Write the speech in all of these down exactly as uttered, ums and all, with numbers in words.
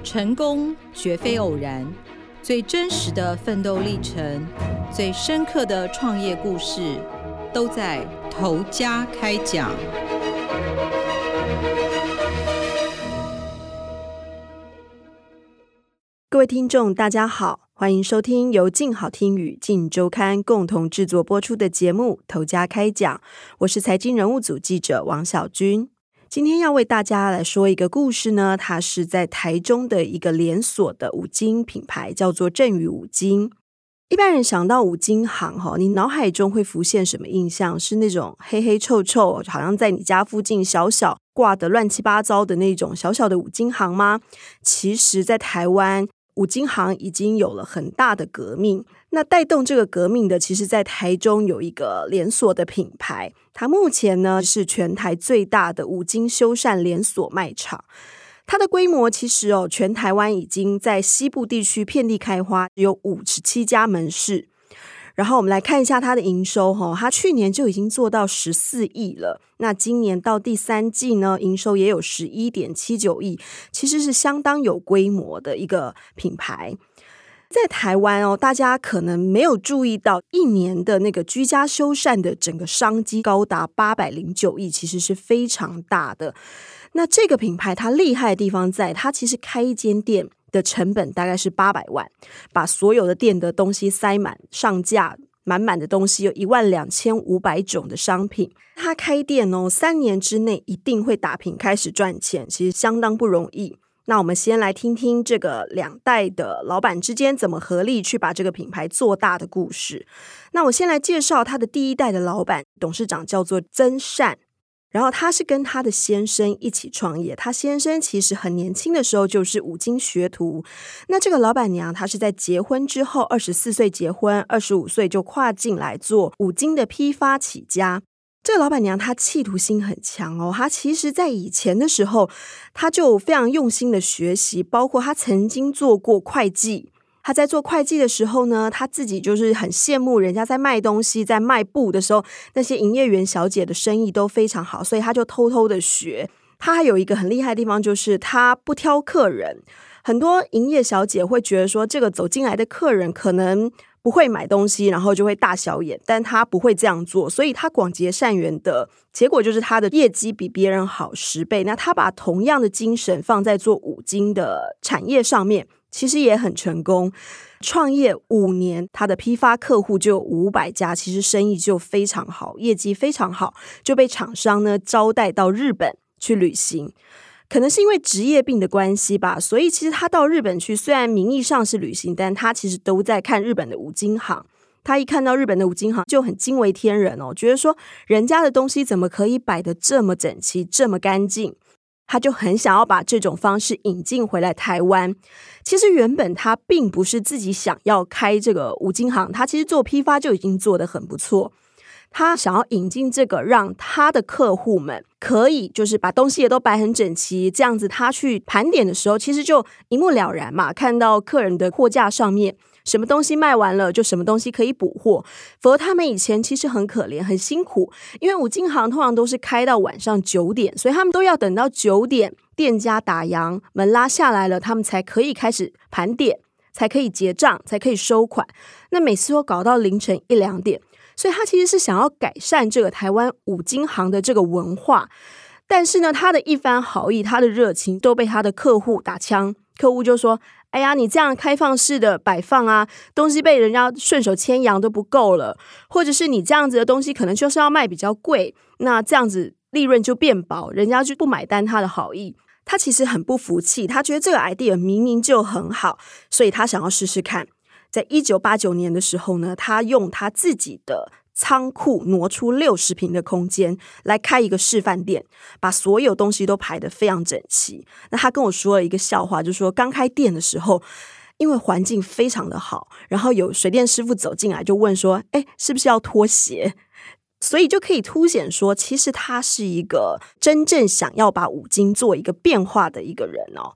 成功绝非偶然，最真实的奋斗历程，最深刻的创业故事，都在头家开讲。 各位听众大家好，欢迎收听由静好听与静周刊共同制作播出的节目头家开讲，我是财经人物组记者王小军。今天要为大家来说一个故事呢，它是在台中的一个连锁的五金品牌，叫做振宇五金。一般人想到五金行，你脑海中会浮现什么印象？是那种黑黑臭臭，好像在你家附近小小挂的乱七八糟的那种小小的五金行吗？其实在台湾五金行已经有了很大的革命，那带动这个革命的，其实在台中有一个连锁的品牌，它目前呢是全台最大的五金修缮连锁卖场。它的规模其实哦，全台湾已经在西部地区遍地开花，有五十七家门市。然后我们来看一下它的营收，它去年就已经做到十四亿了，那今年到第三季呢，营收也有 十一点七九亿，其实是相当有规模的一个品牌。在台湾哦，大家可能没有注意到，一年的那个居家修缮的整个商机高达八百零九亿，其实是非常大的。那这个品牌它厉害的地方在，它其实开一间店的成本大概是八百万，把所有的店的东西塞满，上架满满的东西，有一万两千五百种的商品。他开店哦，三年之内一定会打平，开始赚钱，其实相当不容易。那我们先来听听这个两代的老板之间怎么合力去把这个品牌做大的故事。那我先来介绍他的第一代的老板，董事长叫做曾善。然后他是跟他的先生一起创业，他先生其实很年轻的时候就是五金学徒。那这个老板娘她是在结婚之后二十四岁结婚，二十五岁就跨进来做五金的批发起家。这个老板娘她企图心很强哦，她其实在以前的时候她就非常用心的学习，包括她曾经做过会计。他在做会计的时候呢，他自己就是很羡慕人家在卖东西，在卖布的时候，那些营业员小姐的生意都非常好，所以他就偷偷的学。他还有一个很厉害的地方，就是他不挑客人。很多营业小姐会觉得说，这个走进来的客人可能不会买东西，然后就会大小眼，但他不会这样做，所以他广结善缘的结果就是他的业绩比别人好十倍。那他把同样的精神放在做五金的产业上面，其实也很成功。创业五年，他的批发客户就有五百家，其实生意就非常好，业绩非常好，就被厂商呢招待到日本去旅行。可能是因为职业病的关系吧，所以其实他到日本去，虽然名义上是旅行，但他其实都在看日本的五金行。他一看到日本的五金行就很惊为天人哦，觉得说人家的东西怎么可以摆得这么整齐，这么干净。他就很想要把这种方式引进回来台湾。其实原本他并不是自己想要开这个五金行，他其实做批发就已经做得很不错。他想要引进这个，让他的客户们可以就是把东西也都摆很整齐，这样子他去盘点的时候，其实就一目了然嘛，看到客人的货架上面什么东西卖完了，就什么东西可以补货。否则他们以前其实很可怜很辛苦，因为五金行通常都是开到晚上九点，所以他们都要等到九点店家打烊，门拉下来了，他们才可以开始盘点，才可以结账，才可以收款。那每次都搞到凌晨一两点，所以他其实是想要改善这个台湾五金行的这个文化。但是呢，他的一番好意，他的热情都被他的客户打枪。客户就说，哎呀，你这样开放式的摆放啊，东西被人家顺手牵羊都不够了，或者是你这样子的东西可能就是要卖比较贵，那这样子利润就变薄，人家就不买单他的好意。他其实很不服气，他觉得这个 idea 明明就很好，所以他想要试试看。在一九八九年的时候呢，他用他自己的仓库挪出六十平的空间来开一个示范店，把所有东西都排得非常整齐。那他跟我说了一个笑话，就是说刚开店的时候，因为环境非常的好，然后有水电师傅走进来就问说，哎，是不是要脱鞋？所以就可以凸显说，其实他是一个真正想要把五金做一个变化的一个人哦。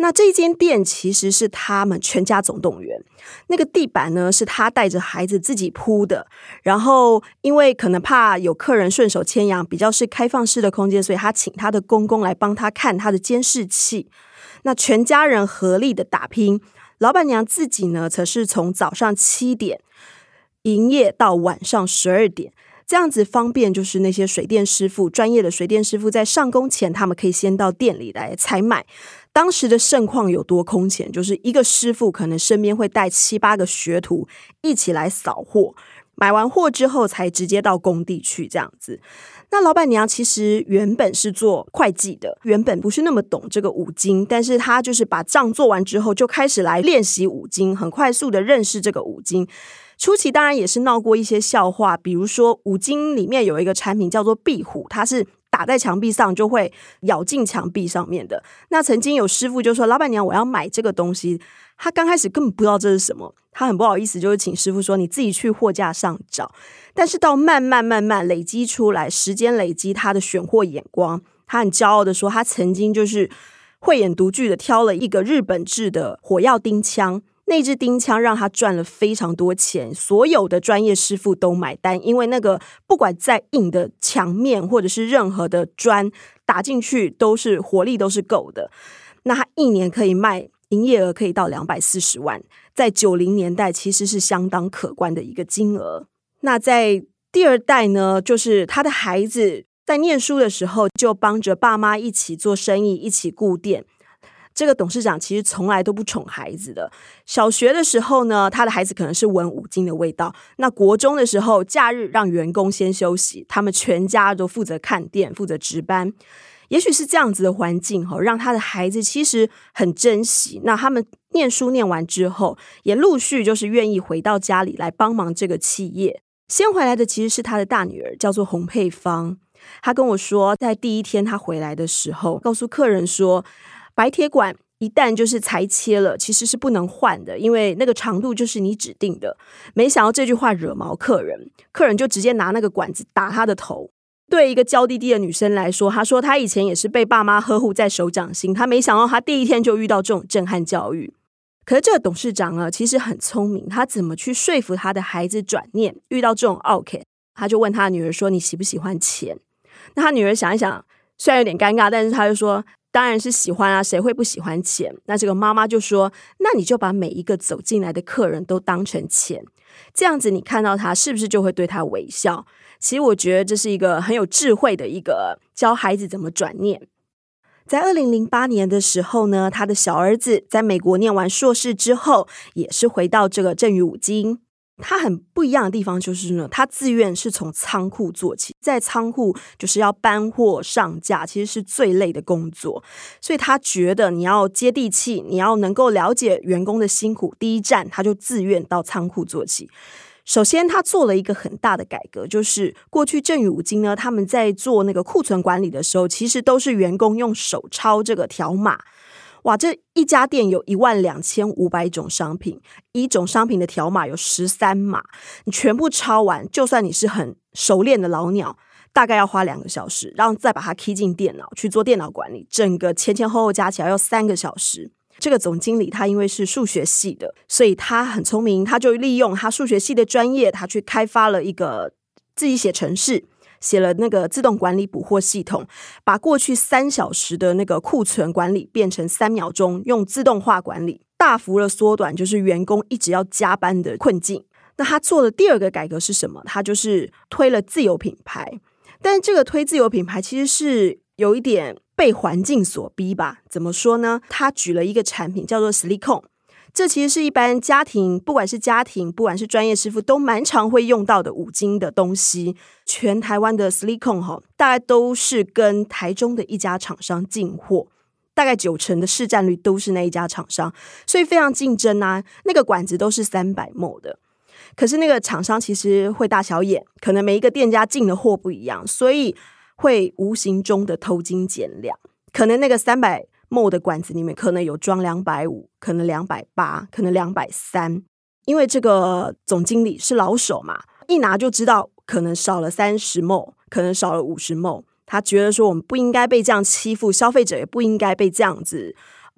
那这间店其实是他们全家总动员，那个地板呢是他带着孩子自己铺的，然后因为可能怕有客人顺手牵羊，比较是开放式的空间，所以他请他的公公来帮他看他的监视器。那全家人合力的打拼，老板娘自己呢则是从早上七点营业到晚上十二点，这样子方便就是那些水电师傅，专业的水电师傅在上工前他们可以先到店里来采买。当时的盛况有多空前，就是一个师傅可能身边会带七八个学徒一起来扫货，买完货之后才直接到工地去这样子。那老板娘其实原本是做会计的，原本不是那么懂这个五金，但是她就是把账做完之后就开始来练习五金，很快速的认识这个五金。初期当然也是闹过一些笑话，比如说五金里面有一个产品叫做壁虎，它是打在墙壁上就会咬进墙壁上面的。那曾经有师傅就说，老板娘我要买这个东西，他刚开始根本不知道这是什么，他很不好意思，就是请师傅说你自己去货架上找。但是到慢慢慢慢累积出来，时间累积他的选货眼光，他很骄傲的说他曾经就是慧眼独具的挑了一个日本制的火药钉枪，那支钉枪让他赚了非常多钱，所有的专业师傅都买单，因为那个不管再硬的墙面或者是任何的砖打进去都是火力都是够的。那他一年可以卖营业额可以到两百四十万，在九零年代其实是相当可观的一个金额。那在第二代呢，就是他的孩子在念书的时候就帮着爸妈一起做生意，一起顾店。这个董事长其实从来都不宠孩子的，小学的时候呢，他的孩子可能是闻五金的味道，那国中的时候假日让员工先休息，他们全家都负责看店，负责值班。也许是这样子的环境让他的孩子其实很珍惜，那他们念书念完之后也陆续就是愿意回到家里来帮忙这个企业。先回来的其实是他的大女儿，叫做洪佩芳。他跟我说，在第一天他回来的时候告诉客人说，白铁管一旦就是裁切了其实是不能换的，因为那个长度就是你指定的。没想到这句话惹毛客人，客人就直接拿那个管子打他的头。对一个娇滴滴的女生来说，她说她以前也是被爸妈呵护在手掌心，她没想到她第一天就遇到这种震撼教育。可是这个董事长啊，其实很聪明，他怎么去说服他的孩子转念？遇到这种 OK， 他就问他女儿说：“你喜不喜欢钱？”那他女儿想一想，虽然有点尴尬，但是他就说：“当然是喜欢啊，谁会不喜欢钱？”那这个妈妈就说：“那你就把每一个走进来的客人都当成钱，这样子你看到他是不是就会对他微笑？”其实我觉得这是一个很有智慧的一个教孩子怎么转念。在二零零八年的时候呢，他的小儿子在美国念完硕士之后，也是回到这个正宇五金。他很不一样的地方就是呢，他自愿是从仓库做起，在仓库就是要搬货上架，其实是最累的工作，所以他觉得你要接地气，你要能够了解员工的辛苦，第一站他就自愿到仓库做起。首先他做了一个很大的改革，就是过去正宇五金呢，他们在做那个库存管理的时候，其实都是员工用手抄这个条码。哇，这一家店有一万两千五百种商品，一种商品的条码有十三码，你全部抄完，就算你是很熟练的老鸟，大概要花两个小时，然后再把它 key 进电脑去做电脑管理，整个前前后后加起来要三个小时。这个总经理他因为是数学系的，所以他很聪明，他就利用他数学系的专业，他去开发了一个自己写程式，写了那个自动管理补货系统，把过去三小时的那个库存管理变成三秒钟，用自动化管理，大幅的缩短就是员工一直要加班的困境。那他做的第二个改革是什么？他就是推了自有品牌，但是这个推自有品牌其实是有一点被环境所逼吧。怎么说呢？他举了一个产品叫做 Silicone， 这其实是一般家庭，不管是家庭不管是专业师傅都蛮常会用到的五金的东西。全台湾的 Silicone 大概都是跟台中的一家厂商进货，大概九成的市占率都是那一家厂商，所以非常竞争啊。那个管子都是三百 毫升 的，可是那个厂商其实会大小眼，可能每一个店家进的货不一样，所以会无形中的偷斤减两。可能那个三百 毫升 的管子里面可能有装两百五十，可能两百八十，可能两百三十。因为这个总经理是老手嘛，一拿就知道可能少了三十 毫升，可能少了五十 毫升。他觉得说我们不应该被这样欺负，消费者也不应该被这样子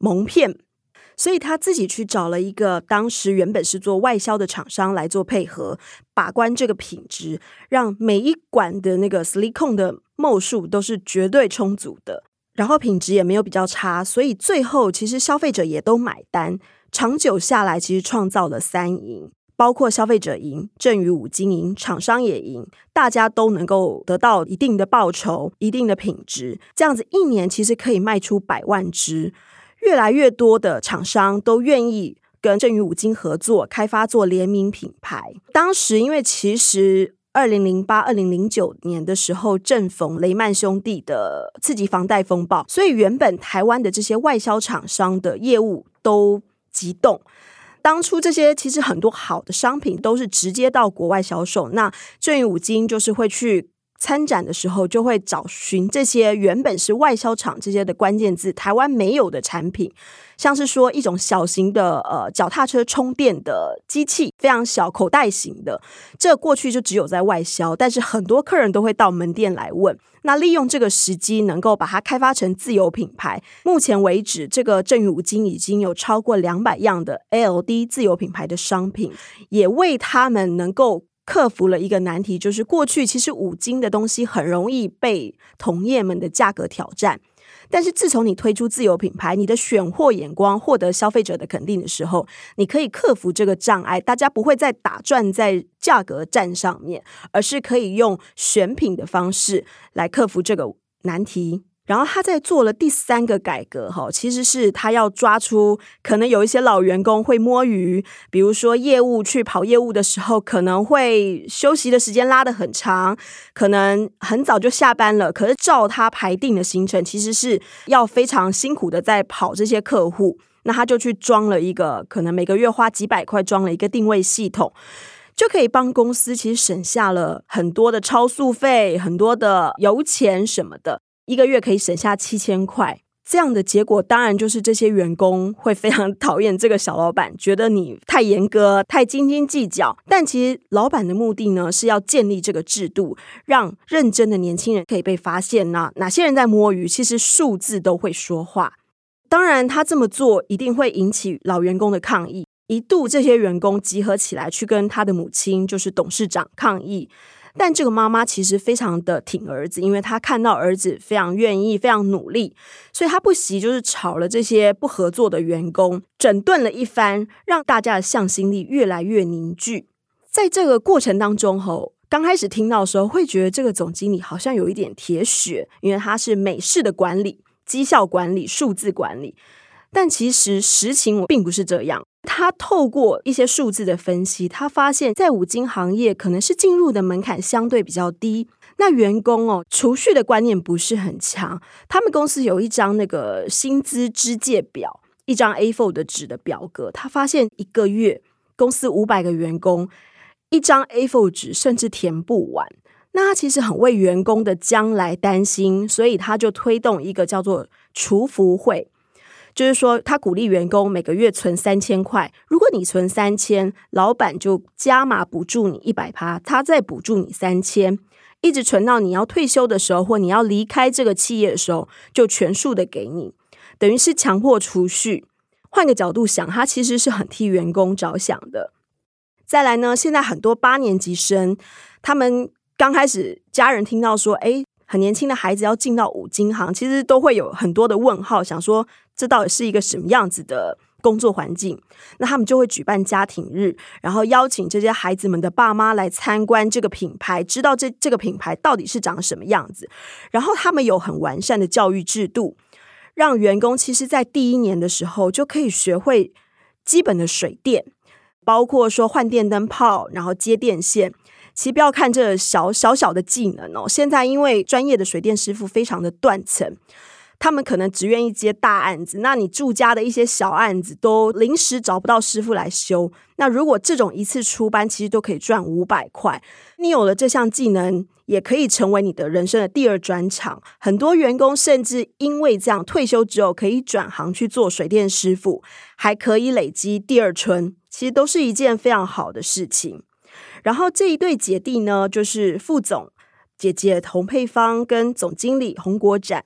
蒙骗，所以他自己去找了一个当时原本是做外销的厂商来做配合，把关这个品质，让每一管的那个 silicone 的墨数都是绝对充足的，然后品质也没有比较差，所以最后其实消费者也都买单，长久下来其实创造了三赢，包括消费者赢，正宇五金赢，厂商也赢，大家都能够得到一定的报酬，一定的品质，这样子一年其实可以卖出百万支，越来越多的厂商都愿意跟正宇五金合作，开发做联名品牌。当时因为其实二零零八、二零零九年的时候正逢雷曼兄弟的次级房贷风暴，所以原本台湾的这些外销厂商的业务都急动。当初这些其实很多好的商品都是直接到国外销售，那正宇五金就是会去参展的时候就会找寻这些原本是外销厂这些的关键字，台湾没有的产品，像是说一种小型的呃脚踏车充电的机器，非常小口袋型的，这过去就只有在外销，但是很多客人都会到门店来问，那利用这个时机能够把它开发成自有品牌。目前为止这个正宇五金已经有超过两百样的 L D 自有品牌的商品，也为他们能够克服了一个难题，就是过去其实五金的东西很容易被同业们的价格挑战，但是自从你推出自有品牌，你的选货眼光获得消费者的肯定的时候，你可以克服这个障碍，大家不会再打转在价格战上面，而是可以用选品的方式来克服这个难题。然后他在做了第三个改革，其实是他要抓出可能有一些老员工会摸鱼，比如说业务去跑业务的时候可能会休息的时间拉得很长，可能很早就下班了，可是照他排定的行程其实是要非常辛苦的在跑这些客户，那他就去装了一个可能每个月花几百块装了一个定位系统，就可以帮公司其实省下了很多的超速费，很多的油钱什么的，一个月可以省下七千块。这样的结果当然就是这些员工会非常讨厌这个小老板，觉得你太严格太斤斤计较，但其实老板的目的呢是要建立这个制度，让认真的年轻人可以被发现，哪哪些人在摸鱼，其实数字都会说话。当然他这么做一定会引起老员工的抗议，一度这些员工集合起来去跟他的母亲就是董事长抗议，但这个妈妈其实非常的挺儿子，因为她看到儿子非常愿意非常努力，所以她不惜就是炒了这些不合作的员工，整顿了一番，让大家的向心力越来越凝聚。在这个过程当中吼，刚开始听到的时候会觉得这个总经理好像有一点铁血，因为他是美式的管理、绩效管理、数字管理，但其实实情并不是这样。他透过一些数字的分析，他发现在五金行业可能是进入的门槛相对比较低，那员工哦储蓄的观念不是很强，他们公司有一张那个薪资支借表，一张 A 四 的纸的表格，他发现一个月公司五百个员工，一张 A 四 纸甚至填不完，那他其实很为员工的将来担心，所以他就推动一个叫做储福会，就是说他鼓励员工每个月存三千块，如果你存三千，老板就加码补助你 百分之百， 他再补助你三千，一直存到你要退休的时候，或你要离开这个企业的时候就全数的给你，等于是强迫储蓄。换个角度想，他其实是很替员工着想的。再来呢，现在很多八年级生，他们刚开始家人听到说诶很年轻的孩子要进到五金行，其实都会有很多的问号，想说这到底是一个什么样子的工作环境。那他们就会举办家庭日，然后邀请这些孩子们的爸妈来参观这个品牌，知道这这个品牌到底是长什么样子。然后他们有很完善的教育制度，让员工其实在第一年的时候就可以学会基本的水电，包括说换电灯泡，然后接电线。其实不要看这小小小的技能哦，现在因为专业的水电师傅非常的断层，他们可能只愿意接大案子，那你住家的一些小案子都临时找不到师傅来修，那如果这种一次出班其实都可以赚五百块，你有了这项技能也可以成为你的人生的第二专长。很多员工甚至因为这样退休之后可以转行去做水电师傅，还可以累积第二春，其实都是一件非常好的事情。然后这一对姐弟呢，就是副总姐姐洪佩芳跟总经理洪国展，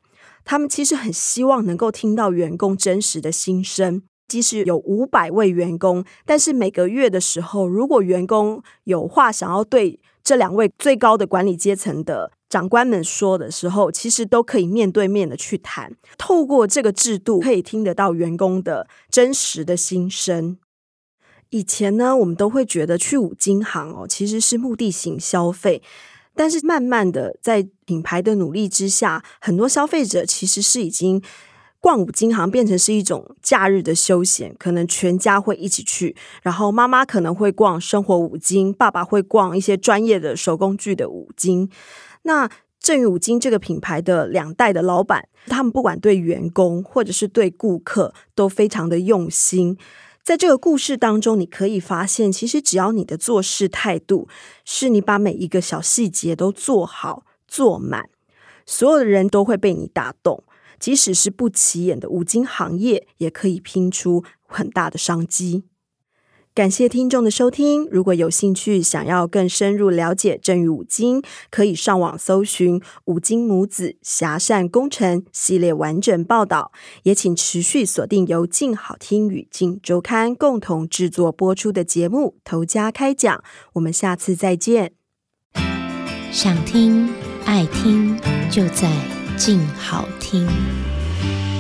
他们其实很希望能够听到员工真实的心声。即使有五百位员工，但是每个月的时候，如果员工有话想要对这两位最高的管理阶层的长官们说的时候，其实都可以面对面的去谈。透过这个制度，可以听得到员工的真实的心声。以前呢，我们都会觉得去五金行哦，其实是目的型消费。但是慢慢的，在品牌的努力之下，很多消费者其实是已经逛五金行变成是一种假日的休闲，可能全家会一起去，然后妈妈可能会逛生活五金，爸爸会逛一些专业的手工具的五金。那正宇五金这个品牌的两代的老板，他们不管对员工或者是对顾客都非常的用心。在这个故事当中，你可以发现，其实只要你的做事态度是你把每一个小细节都做好做满，所有的人都会被你打动。即使是不起眼的五金行业，也可以拼出很大的商机。感谢听众的收听，如果有兴趣想要更深入了解正宇五金，可以上网搜寻五金母子侠善工程系列完整报道，也请持续锁定由静好听与静周刊共同制作播出的节目头家开讲，我们下次再见。 想听爱听就在静好听。